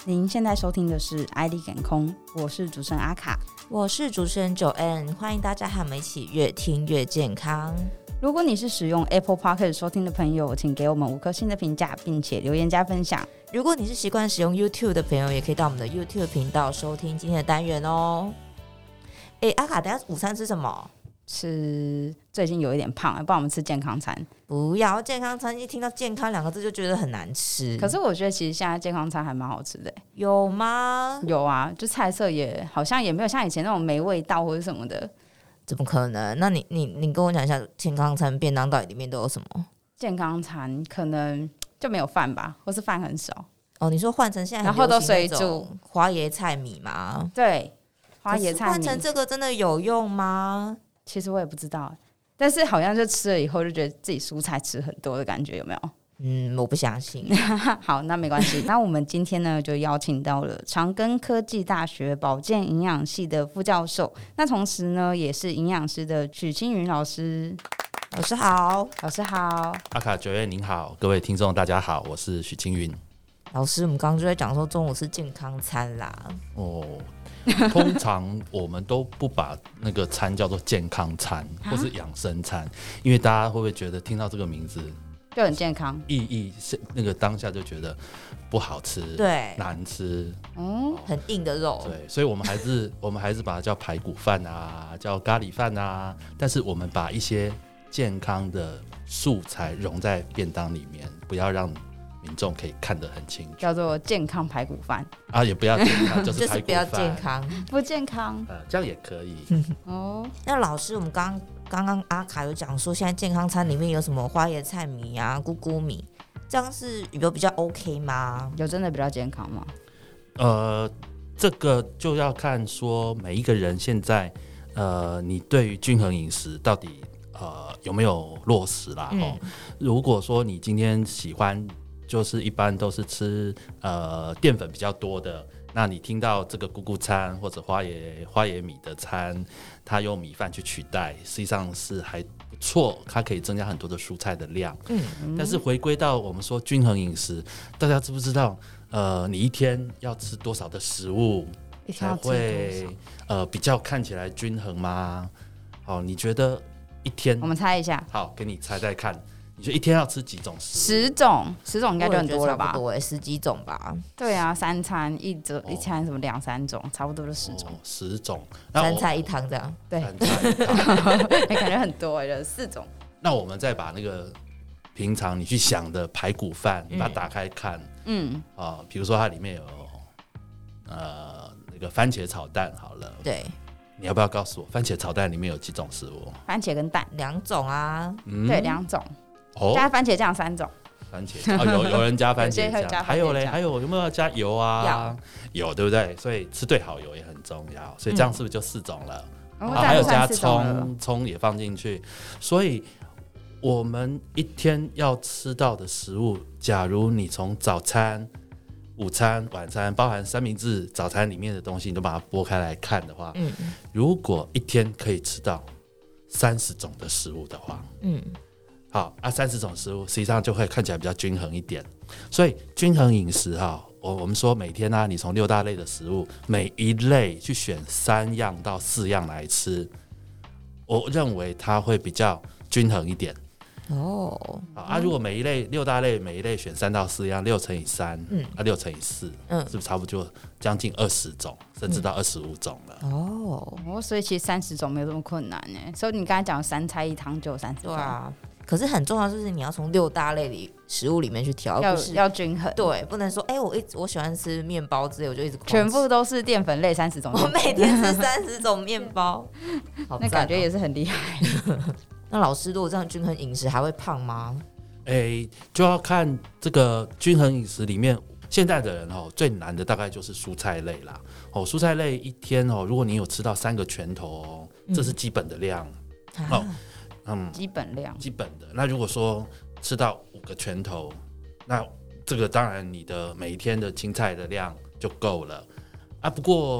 您现在收听的是《爱丽感空》，我是主持人阿卡， 我是主持人9N，欢迎大家和我们一起越听越健康。 如果你是使用 Apple Podcast 收听的朋友，请给我们5颗星的评价，并且留言加分享。 如果你是习惯使用 YouTube 的朋友，也可以到我们的 YouTube 频道收听今天的单元哦。阿卡，等一下午餐吃什么？ 吃最近有一点胖，不然我们吃健康餐。 不要健康餐，一听到健康2个字就觉得很难吃。 可是我觉得其实现在健康餐还蛮好吃的。 有吗？ 有啊，就菜色也好像也没有像以前那种没味道或者什么的。 怎么可能？那你跟我讲一下健康餐便当到底里面都有什么？ 健康餐可能就没有饭吧，或是饭很少。 哦，你说换成现在然后都水煮花椰菜米吗？ 对，花椰菜米换成这个真的有用吗？ 其实我也不知道，但是好像就吃了以后就觉得自己蔬菜吃很多的感觉，有没有？ 我不相信。 好，那没关系。那我们今天呢，就邀请到了长庚科技大学保健营养系的副教授，那同时呢，也是营养师的许青云老师。 老师好。 老师好。 阿卡9月您好，各位听众大家好，我是许青云。 老师，我们刚刚就在讲说中午是健康餐啦。 通常我们都不把那个餐叫做健康餐或是养生餐，因为大家会不会觉得听到这个名字就很健康， 意义那个当下就觉得不好吃， 对， 难吃， 很硬的肉， 对，所以我们还是把它叫排骨饭啊，叫咖喱饭啊，但是我们把一些健康的素材融在便当里面，不要让民众可以看得很清楚， 叫做健康排骨饭啊，也不要健康，就是排骨饭， 就是不要健康， 不健康， 这样也可以。 那老师，我们刚刚阿卡有讲说，现在健康餐里面有什么花椰菜米啊、菇菇米，这样是有比较 OK 吗？ 有真的比较健康吗？ 这个就要看说每一个人现在你对于均衡饮食到底有没有落实啦。如果说你今天喜欢就是一般都是吃淀粉比较多的，那你听到这个菇菇餐或者花椰米的餐，它用米饭去取代，实际上是还不错，它可以增加很多的蔬菜的量。但是回归到我们说均衡饮食，大家知不知道你一天要吃多少的食物才会比较看起来均衡吗？好，你觉得一天？ 我们猜一下。 好，给你猜猜看。你说一天要吃几种食物 ？10种应该就很多了吧？ 差不多10几种吧。 对啊，3餐一餐什么2、3种，差不多就10种。 10种 ，3菜1汤这样。 对 ，3菜1汤， 感觉很多就4种。 那我们再把那个平常你去想的排骨饭，你把它打开看，比如说它里面有那个番茄炒蛋好了， 对。 你要不要告诉我番茄炒蛋里面有几种食物？ 番茄跟蛋 2种啊。 对，2种。加番茄酱3种。 番茄酱有人加番茄酱，还有嘞，还有没有要加油啊？有，对不对？所以吃对好油也很重要，所以这样是不是就4种了？还有加葱也放进去，所以我们一天要吃到的食物，假如你从早餐、午餐、晚餐，包含三明治、早餐里面的东西，你都把它剥开来看的话，如果一天可以吃到30种的食物的话，好，30种食物实际上就会看起来比较均衡一点。所以均衡饮食我们说每天你從6大类的食物，每一类去选3样到4样来吃，我认为它会比较均衡一点。如果每一类6大类，每一类选3到4样，6乘以3，6乘以4，是不是差不多就将近20种，甚至到25种了？ 所以其实30种没有这么困难呢。所以你刚才讲3菜1汤就有30种。 对啊。可是很重要就是你要从6大类食物里面去挑， 要均衡。 对，不能说我喜欢吃面包之类，我就一直全部都是淀粉类30种。 我每天吃30种面包， 那感觉也是很厉害。 那老师，如果这样均衡饮食还会胖吗？ 就要看这个均衡饮食里面，现在的人最难的大概就是蔬菜类啦。蔬菜类一天如果你有吃到3个拳头这是基本的量。 基本量， 基本的。那如果说吃到5个拳头，那这个当然你的每一天的青菜的量就够了啊。不过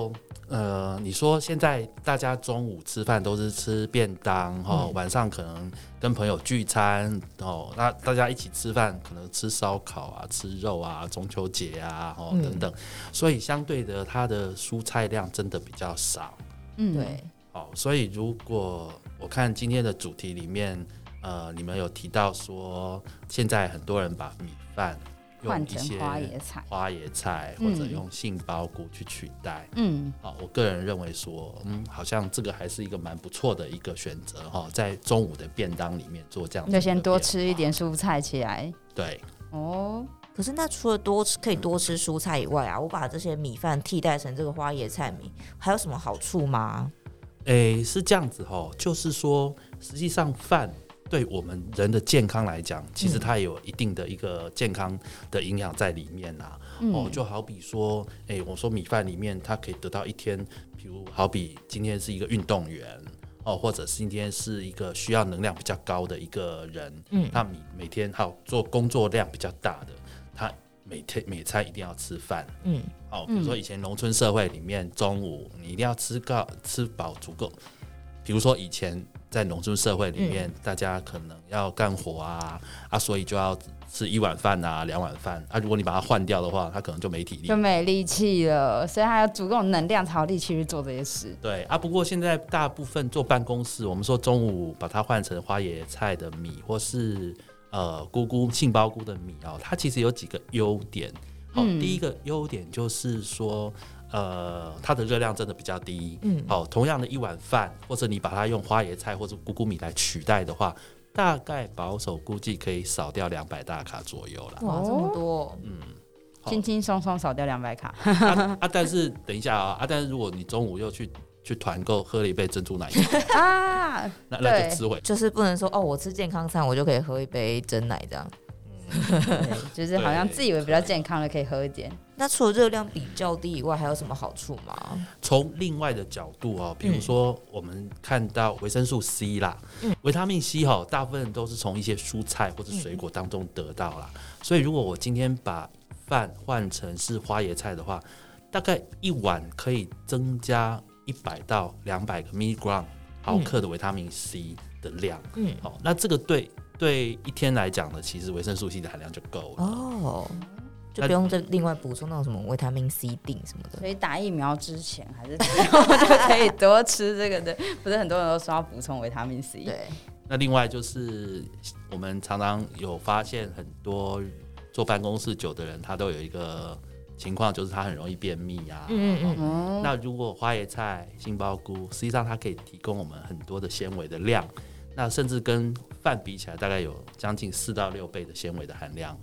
你说现在大家中午吃饭都是吃便当晚上可能跟朋友聚餐那大家一起吃饭可能吃烧烤啊、吃肉啊、中秋节啊等等，所以相对的它的蔬菜量真的比较少。 对。 所以如果我看今天的主题里面你们有提到说现在很多人把米饭换成花椰菜或者用杏鲍菇去取代。我个人认为说好像这个还是一个蛮不错的一个选择在中午的便当里面做这样子的， 就先多吃一点蔬菜起来。 对。 可是那除了可以多吃蔬菜以外啊，我把这些米饭替代成这个花椰菜米还有什么好处吗？ 是这样子就是说实际上饭对我们人的健康来讲，其实它也有一定的一个健康的营养在里面啦。就好比说，我说米饭里面它可以得到一天，比如好比今天是一个运动员或者是今天是一个需要能量比较高的一个人，他每天做工作量比较大的，他每餐一定要吃饭。比如说以前农村社会里面，中午你一定要吃饱足够。比如说以前在农村社会里面，大家可能要干活所以就要吃1碗饭2碗饭如果你把它换掉的话，他可能就没体力， 就没力气了，所以他要足够能量才有力气去做这些事。 对不过现在大部分坐办公室，我们说中午把它换成花椰菜的米，或是杏鲍菇的米它其实有几个优点。第一个优点就是说它的热量真的比较低。同样的1碗饭，或者你把它用花椰菜或者菇米来取代的话，大概保守估计可以少掉200大卡左右啦。 哇，这么多！ 轻轻松松少掉200卡。 但是等一下但是如果你中午又去团购喝了一杯珍珠奶茶那就吃回， 就是不能说我吃健康餐我就可以喝一杯珍奶这样。 就是好像自以为比较健康的可以喝一点。 那除了热量比较低以外，还有什么好处吗？ 从另外的角度比如说我们看到维生素 C 啦，维他命 C 大部分都是从一些蔬菜或者水果当中得到啦。所以如果我今天把饭换成是花椰菜的话，大概1碗可以增加100到200个 milligram 毫克的维他命 C 的量。那这个对一天来讲呢，其实维生素 C 的含量就够了。 就不用再另外补充那种什么维他命 C 锭什么的。 所以打疫苗之前还是就可以多吃这个的。不是很多人都说要补充维他命 C。 对。 那另外就是我们常常有发现，很多坐办公室久的人，他都有一个情况，就是他很容易便秘那如果花椰菜、杏鲍菇，实际上它可以提供我们很多的纤维的量。那甚至跟饭比起来，大概有将近4到6倍的纤维的含量。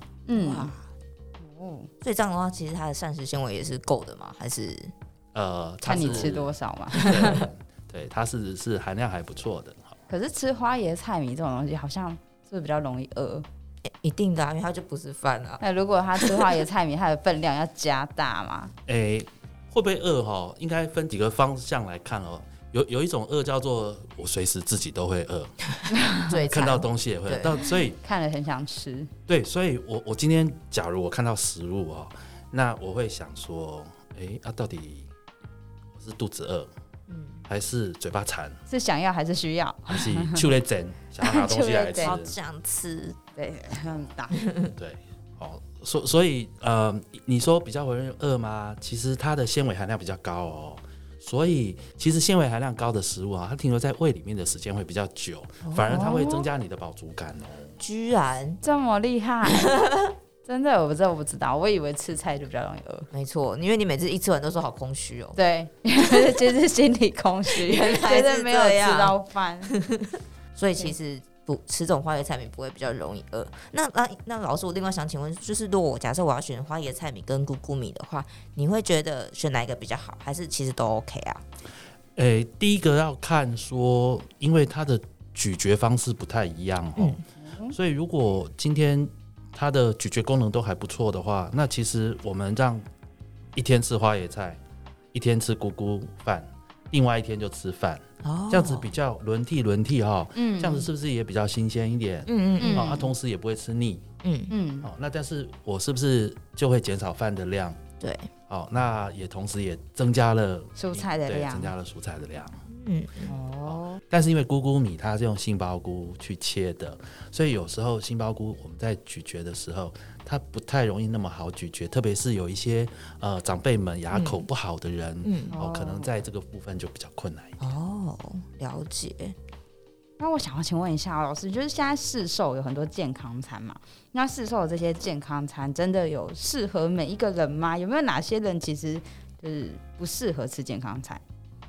所以这样的话，其实它的膳食纤维也是够的吗？还是看你吃多少嘛？ 对，它是含量还不错的。 可是吃花椰菜米这种东西，好像是不是比较容易饿？ 一定的因为它就不是饭啊。 那如果他吃花椰菜米，它的分量要加大吗？ 会不会饿应该分几个方向来看有一种饿叫做我随时自己都会饿，看到东西也会饿，所以看了很想吃。 对，所以我今天假如我看到食物那我会想说，到底我是肚子饿，还是嘴巴馋？是想要还是需要？ 还是手在整，想要拿东西来吃？ 好想吃， 对，很大。 对，所以你说比较容易饿吗？其实它的纤维含量比较高所以其实纤维含量高的食物它停留在胃里面的时间会比较久，反而它会增加你的饱足感居然这么厉害！真的我不知道，我以为吃菜就比较容易饿。 没错，因为你每次一吃完都说好空虚对，就是心里空虚， 原来是没有吃到饭。 所以其实吃这种花椰菜米不会比较容易饿。那老师，我另外想请问，就是如果假设我要选花椰菜米跟菇菇米的话，你会觉得选哪一个比较好，还是其实都 OK 啊？ 第一个要看说，因为它的咀嚼方式不太一样所以如果今天它的咀嚼功能都还不错的话，那其实我们让一天吃花椰菜，一天吃菇菇饭，另外一天就吃饭。这样子比较轮替这样子是不是也比较新鲜一点？同时也不会吃腻。那但是我是不是就会减少饭的量？ 对， 那也同时也增加了蔬菜的量， 增加了蔬菜的量。 但是因为菇菇米它是用杏鲍菇去切的，所以有时候杏鲍菇我们在咀嚼的时候，它不太容易那么好咀嚼，特别是有一些长辈们牙口不好的人，可能在这个部分就比较困难一点。 了解。 那我想要请问一下老师，就是现在市售有很多健康餐嘛，那市售的这些健康餐真的有适合每一个人吗？有没有哪些人其实就是不适合吃健康餐？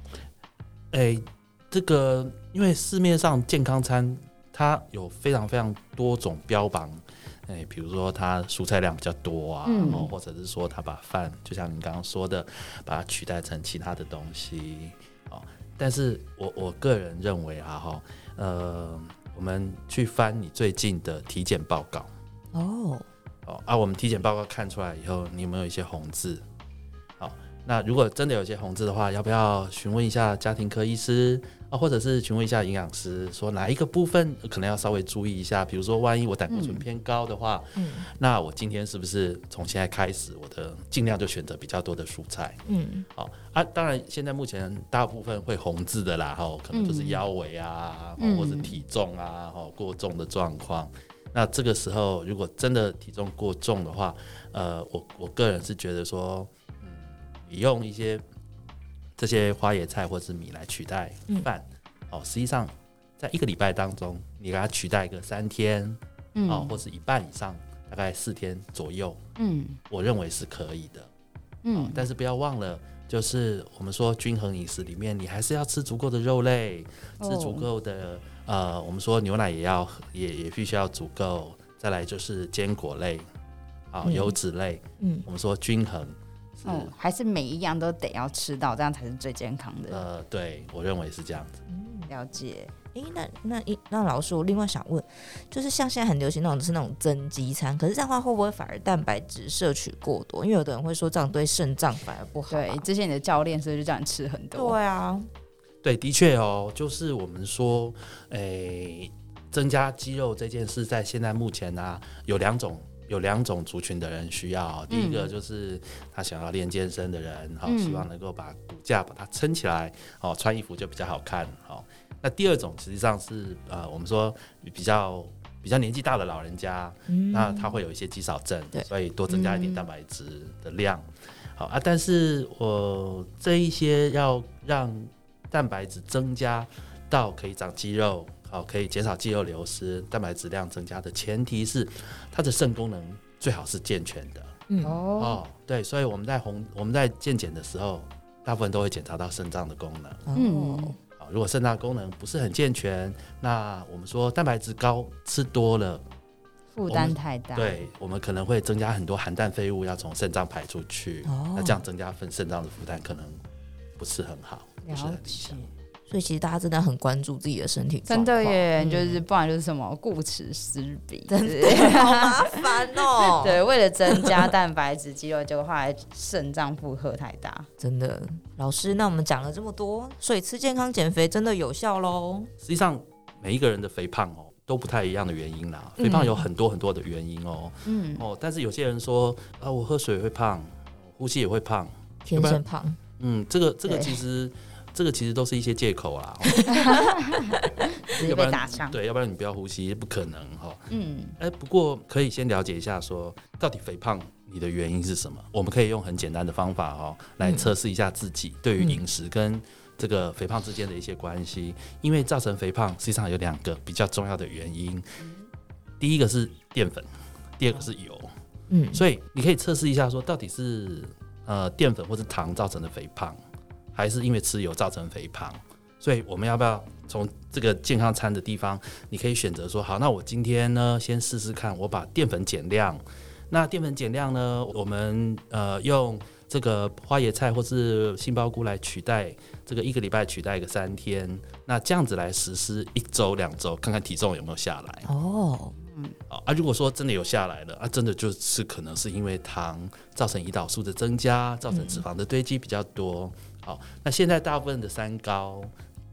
这个因为市面上健康餐它有非常非常多种标榜，比如说它蔬菜量比较多啊，或者是说它把饭就像您刚刚说的，把它取代成其他的东西，但是我个人认为我们去翻你最近的体检报告，我们体检报告看出来以后，你有没有一些红字？那如果真的有一些红字的话，要不要询问一下家庭科医师或者是询问一下营养师，说哪一个部分可能要稍微注意一下？比如说，万一我胆固醇偏高的话，那我今天是不是从现在开始，我的尽量就选择比较多的蔬菜？当然，现在目前大部分会红字的啦，可能就是腰围啊，或者体重啊，过重的状况。那这个时候，如果真的体重过重的话，我个人是觉得说，你用一些这些花椰菜或是米来取代饭，实际上在一个礼拜当中，你给它取代个3天，或是一半以上，大概4天左右，我认为是可以的。但是不要忘了，就是我们说均衡饮食里面，你还是要吃足够的肉类，吃足够的我们说牛奶也必须要足够，再来就是坚果类，油脂类，我们说均衡。 还是每一样都得要吃到，这样才是最健康的。 对，我认为是这样子。 了解。 那老师，我另外想问，就是像现在很流行那种增肌餐，可是这样的话会不会反而蛋白质摄取过多？因为有的人会说这样对肾脏反而不好。 对，之前你的教练是不是就叫你吃很多？ 对啊， 对，的确就是我们说，增加肌肉这件事，在现在目前有两种族群的人需要。第一个就是他想要练健身的人，希望能够把骨架把它撑起来，穿衣服就比较好看。那第二种实际上是我们说比较年纪大的老人家，那他会有一些肌少症，所以多增加一点蛋白质的量。但是我这一些要让蛋白质增加到可以长肌肉，可以减少肌肉流失，蛋白质量增加的前提是它的肾功能最好是健全的。对，所以我们在健检的时候，大部分都会检查到肾脏的功能。如果肾脏功能不是很健全，那我们说蛋白质高吃多了， 负担太大， 对，我们可能会增加很多含氮废物要从肾脏排出去，那这样增加肾脏的负担可能不是很好，不是很理想。 所以其实大家真的很关注自己的身体状况， 真的耶，就是不然就是什么顾此失彼， 真的好麻烦哦。 对，为了增加蛋白质、肌肉，结果后来肾脏负荷太大， 真的。老师，那我们讲了这么多，所以吃健康减肥真的有效咯？ 实际上，每一个人的肥胖都不太一样的原因啦。肥胖有很多很多的原因但是有些人说我喝水会胖，呼吸也会胖， 天生胖。 这个其实。这个其实都是一些借口啦， 直接被打伤。 对，要不然你不要呼吸，不可能不过可以先了解一下说到底肥胖你的原因是什么？我们可以用很简单的方法来测试一下自己对于饮食跟这个肥胖之间的一些关系。因为造成肥胖实际上有2个比较重要的原因，第一个是淀粉，第二个是油。所以你可以测试一下说到底是淀粉或是糖造成的肥胖，还是因为吃油造成肥胖。所以我们要不要从这个健康餐的地方，你可以选择说好，那我今天呢先试试看，我把淀粉减量。那淀粉减量呢，我们用这个花椰菜或是杏鲍菇来取代，这个1个礼拜取代个3天，那这样子来实施1周2周，看看体重有没有下来。如果说真的有下来了真的就是可能是因为糖造成胰岛素的增加，造成脂肪的堆积比较多。那现在大部分的三高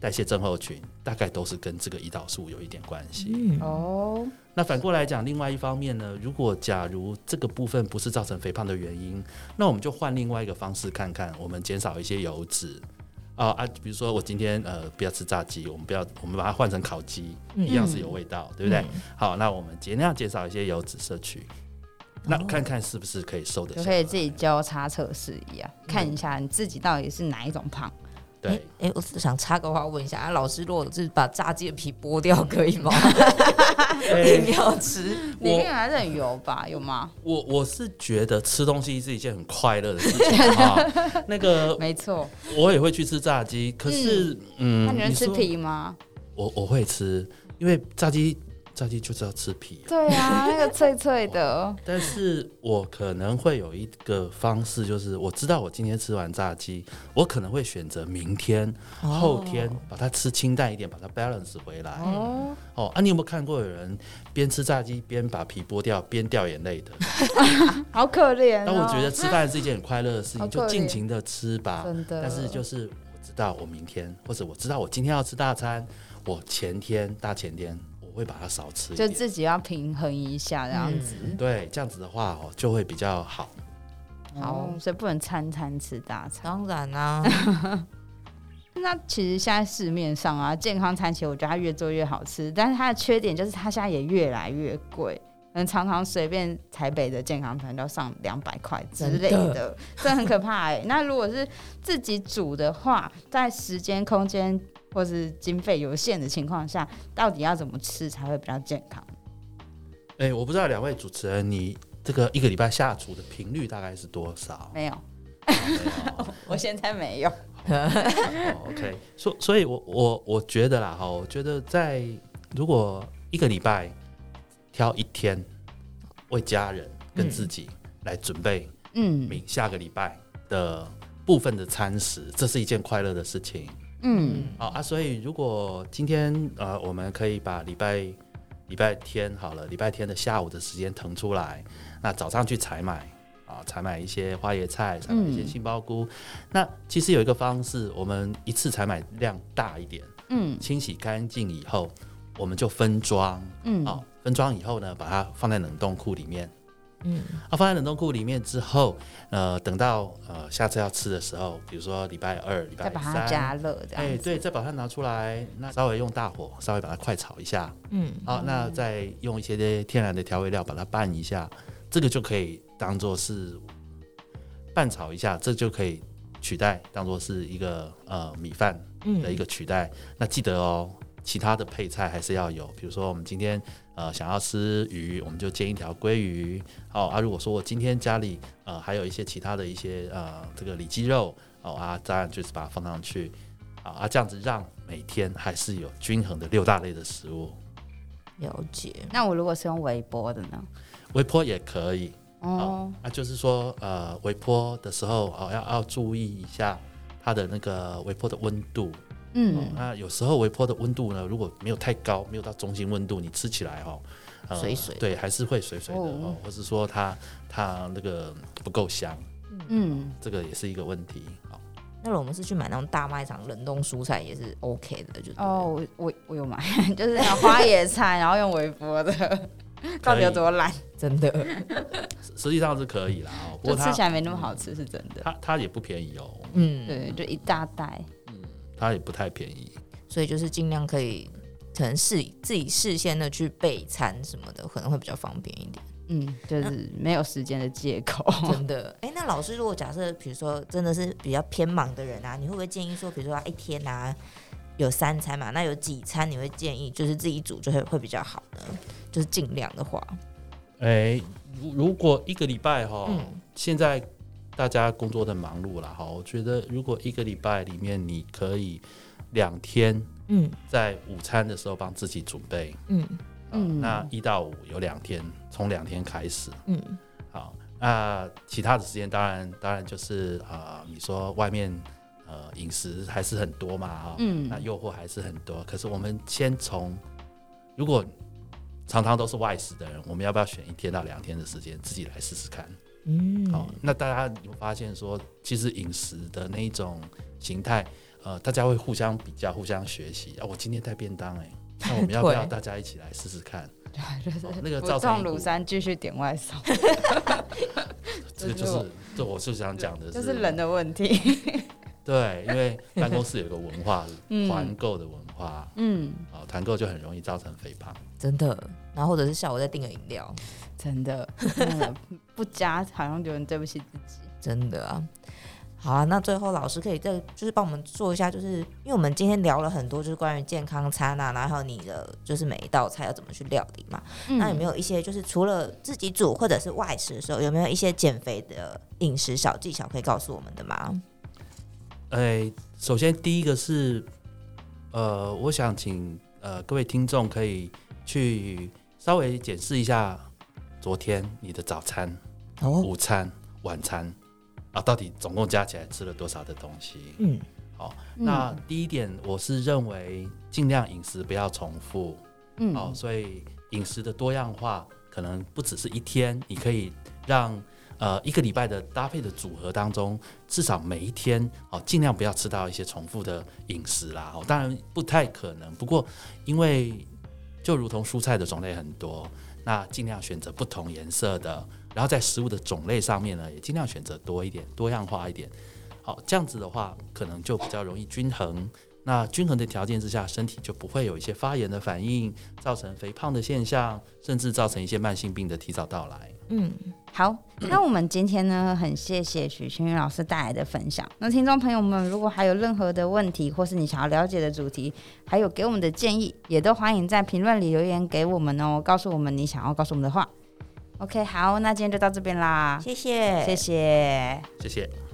代谢症候群，大概都是跟这个胰岛素有一点关系。那反过来讲，另外一方面呢，假如这个部分不是造成肥胖的原因，那我们就换另外一个方式看看，我们减少一些油脂。比如说我今天不要吃炸鸡，我们把它换成烤鸡，一样是有味道，对不对？好，那我们尽量减少一些油脂摄取，那看看是不是可以瘦得下来， 就可以自己交叉测试一样，看一下你自己到底是哪一种胖。 对， 我想插个话问一下，老师如果是把炸鸡的皮剥掉可以吗？硬要吃， 里面还是很油吧？有吗？ 我是觉得吃东西是一件很快乐的事情啊。那个没错， 我也会去吃炸鸡，可是那你会吃皮吗？ 我会吃，因为炸鸡就是要吃皮。 对啊，那个脆脆的。 但是我可能会有一个方式，就是我知道我今天吃完炸鸡，我可能会选择明天、后天把它吃清淡一点，把它 balance 回来。你有没有看过有人边吃炸鸡边把皮剥掉边掉眼泪的？ 好可怜。 那我觉得吃饭是一件很快乐的事情，就尽情的吃吧。 真的。 但是就是我知道我明天，或者我知道我今天要吃大餐，我大前天。我会把它少吃一点， 就自己要平衡一下这样子。 对，这样子的话就会比较好。 所以不能餐餐吃大餐。 当然啦。 那其实现在市面上啊，健康餐其实我觉得它越做越好吃，但是它的缺点就是它现在也越来越贵。常常随便台北的健康餐都上200块之类的，这很可怕那如果是自己煮的话，在时间、空间或是经费有限的情况下，到底要怎么吃才会比较健康？ 我不知道2位主持人，你这个一个礼拜下厨的频率大概是多少？ 没有，我现在没有。 OK， 所以我觉得啦，我觉得如果一个礼拜挑1天为家人跟自己来准备，下个礼拜的部分的餐食，这是一件快乐的事情。所以如果今天我们可以把礼拜天好了，礼拜天的下午的时间腾出来，那早上去采买一些花椰菜，采买一些杏鲍菇。那其实有一个方式，我们一次采买量大一点，清洗干净以后，我们就分装，分装以后呢，把它放在冷冻库里面。放在冷冻库里面之后，等到下次要吃的时候，比如说礼拜2、礼拜3， 再把它加热，这样子。 对，再把它拿出来，那稍微用大火，稍微把它快炒一下。那再用一些天然的调味料把它拌一下，这个就可以当做是拌炒一下，这就可以取代当做是一个米饭的一个取代。那记得其他的配菜还是要有，比如说我们今天想要吃鱼，我们就煎一条鲑鱼。如果说我今天家里还有一些其他的一些这个里脊肉当然就是把它放上去这样子让每天还是有均衡的6大类的食物。 了解。 那我如果是用微波的呢？ 微波也可以就是说微波的时候要注意一下它的那个微波的温度。那有时候微波的温度呢，如果没有太高，没有到中心温度，你吃起来水水， 对，还是会水水的或是说它那个不够香，这个也是一个问题。 那我们是去买那种大卖场冷冻蔬菜也是 OK 的，就我有买，就是那花椰菜，然后用微波的，到底有多懒？ 真的， 实际上是可以啦，不过就吃起来没那么好吃，是真的。 它也不便宜对，就一大袋。 它也不太便宜， 所以就是尽量可以，可能自己事先的去备餐什么的，可能会比较方便一点。 就是没有时间的借口。 真的。那老师，如果假设比如说真的是比较偏忙的人你会不会建议说，比如说一天有3餐嘛，那有几餐你会建议就是自己煮就会比较好呢？就是尽量的话， 如果一个礼拜现在大家工作的忙碌啦我觉得如果一个礼拜里面你可以2天在午餐的时候帮自己准备，那1到5有2天，从2天开始，好，那其他的时间当然就是你说外面饮食还是很多嘛那诱惑还是很多，可是我们先从如果常常都是外食的人，我们要不要选1天到2天的时间自己来试试看？那大家有发现说，其实饮食的那一种形态大家会互相比较、互相学习。我今天带便当那我们要不要大家一起来试试看？ 对，就是那个造成乳山继续点外送。 这个就是这我是想讲的， 就是人的问题。 对，因为办公室有个文化，团购的文化，团购就很容易造成肥胖， 真的。然后或者是下午再订个饮料， 真的不加好像有人对不起自己， 真的啊。好啊，那最后老师可以再就是帮我们做一下，就是因为我们今天聊了很多，就是关于健康餐啊，然后还有你的就是每一道菜要怎么去料理嘛。那有没有一些就是除了自己煮或者是外食的时候，有没有一些减肥的饮食小技巧可以告诉我们的吗？ 首先第一个是我想请各位听众可以去稍微检视一下昨天你的早餐、午餐、晚餐到底总共加起来吃了多少的东西。好，那第一点我是认为尽量饮食不要重复，所以饮食的多样化可能不只是一天，你可以让一个礼拜的搭配的组合当中，至少每一天尽量不要吃到一些重复的饮食啦。当然不太可能，不过因为就如同蔬菜的种类很多，那尽量选择不同颜色的，然后在食物的种类上面呢，也尽量选择多一点，多样化一点。好，这样子的话，可能就比较容易均衡。那均衡的条件之下，身体就不会有一些发炎的反应，造成肥胖的现象，甚至造成一些慢性病的提早到来。 好，那我们今天呢，很谢谢许清云老师带来的分享。那听众朋友们，如果还有任何的问题，或是你想要了解的主题，还有给我们的建议，也都欢迎在评论里留言给我们哦，告诉我们你想要告诉我们的话。OK， 好，那今天就到这边啦， 谢谢， 谢谢， 谢谢。